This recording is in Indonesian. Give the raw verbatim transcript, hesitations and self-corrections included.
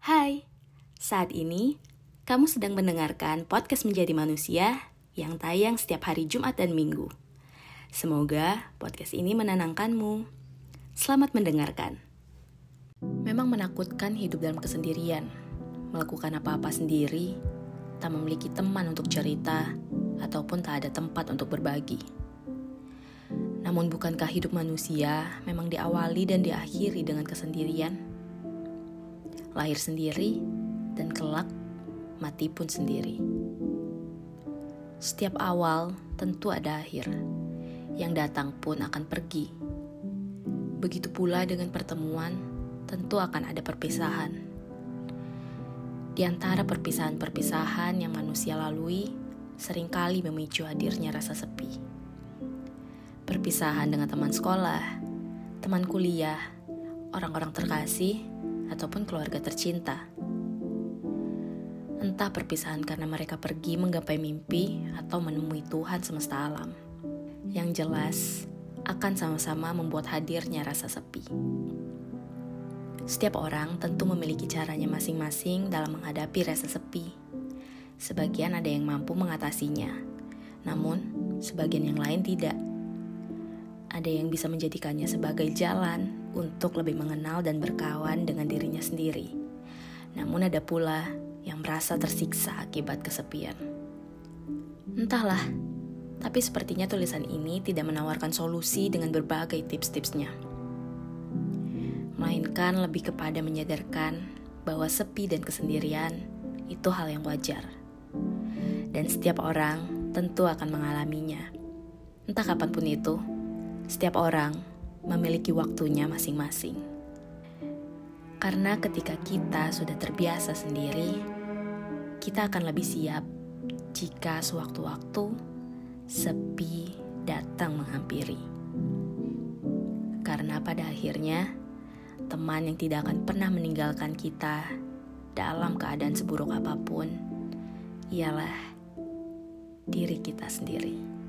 Hai, saat ini kamu sedang mendengarkan podcast Menjadi Manusia yang tayang setiap hari Jumat dan Minggu. Semoga podcast ini menenangkanmu. Selamat mendengarkan. Memang menakutkan hidup dalam kesendirian, melakukan apa-apa sendiri, tak memiliki teman untuk cerita, ataupun tak ada tempat untuk berbagi. Namun bukankah hidup manusia memang diawali dan diakhiri dengan kesendirian? Lahir sendiri, dan kelak mati pun sendiri. Setiap awal tentu ada akhir, yang datang pun akan pergi. Begitu pula dengan pertemuan, tentu akan ada perpisahan. Di antara perpisahan-perpisahan yang manusia lalui, seringkali memicu hadirnya rasa sepi. Perpisahan dengan teman sekolah, teman kuliah, orang-orang terkasih, ataupun keluarga tercinta. Entah perpisahan karena mereka pergi menggapai mimpi atau menemui Tuhan semesta alam. Yang jelas, akan sama-sama membuat hadirnya rasa sepi. Setiap orang tentu memiliki caranya masing-masing dalam menghadapi rasa sepi. Sebagian ada yang mampu mengatasinya, namun sebagian yang lain tidak. Ada yang bisa menjadikannya sebagai jalan untuk lebih mengenal dan berkawan dengan dirinya sendiri. Namun ada pula yang merasa tersiksa akibat kesepian. Entahlah, tapi sepertinya tulisan ini tidak menawarkan solusi dengan berbagai tips-tipsnya. Melainkan lebih kepada menyadarkan bahwa sepi dan kesendirian itu hal yang wajar. Dan setiap orang tentu akan mengalaminya. Entah kapanpun itu, setiap orang memiliki waktunya masing-masing. Karena ketika kita sudah terbiasa sendiri, kita akan lebih siap jika sewaktu-waktu sepi datang menghampiri. Karena pada akhirnya, teman yang tidak akan pernah meninggalkan kita dalam keadaan seburuk apapun ialah diri kita sendiri.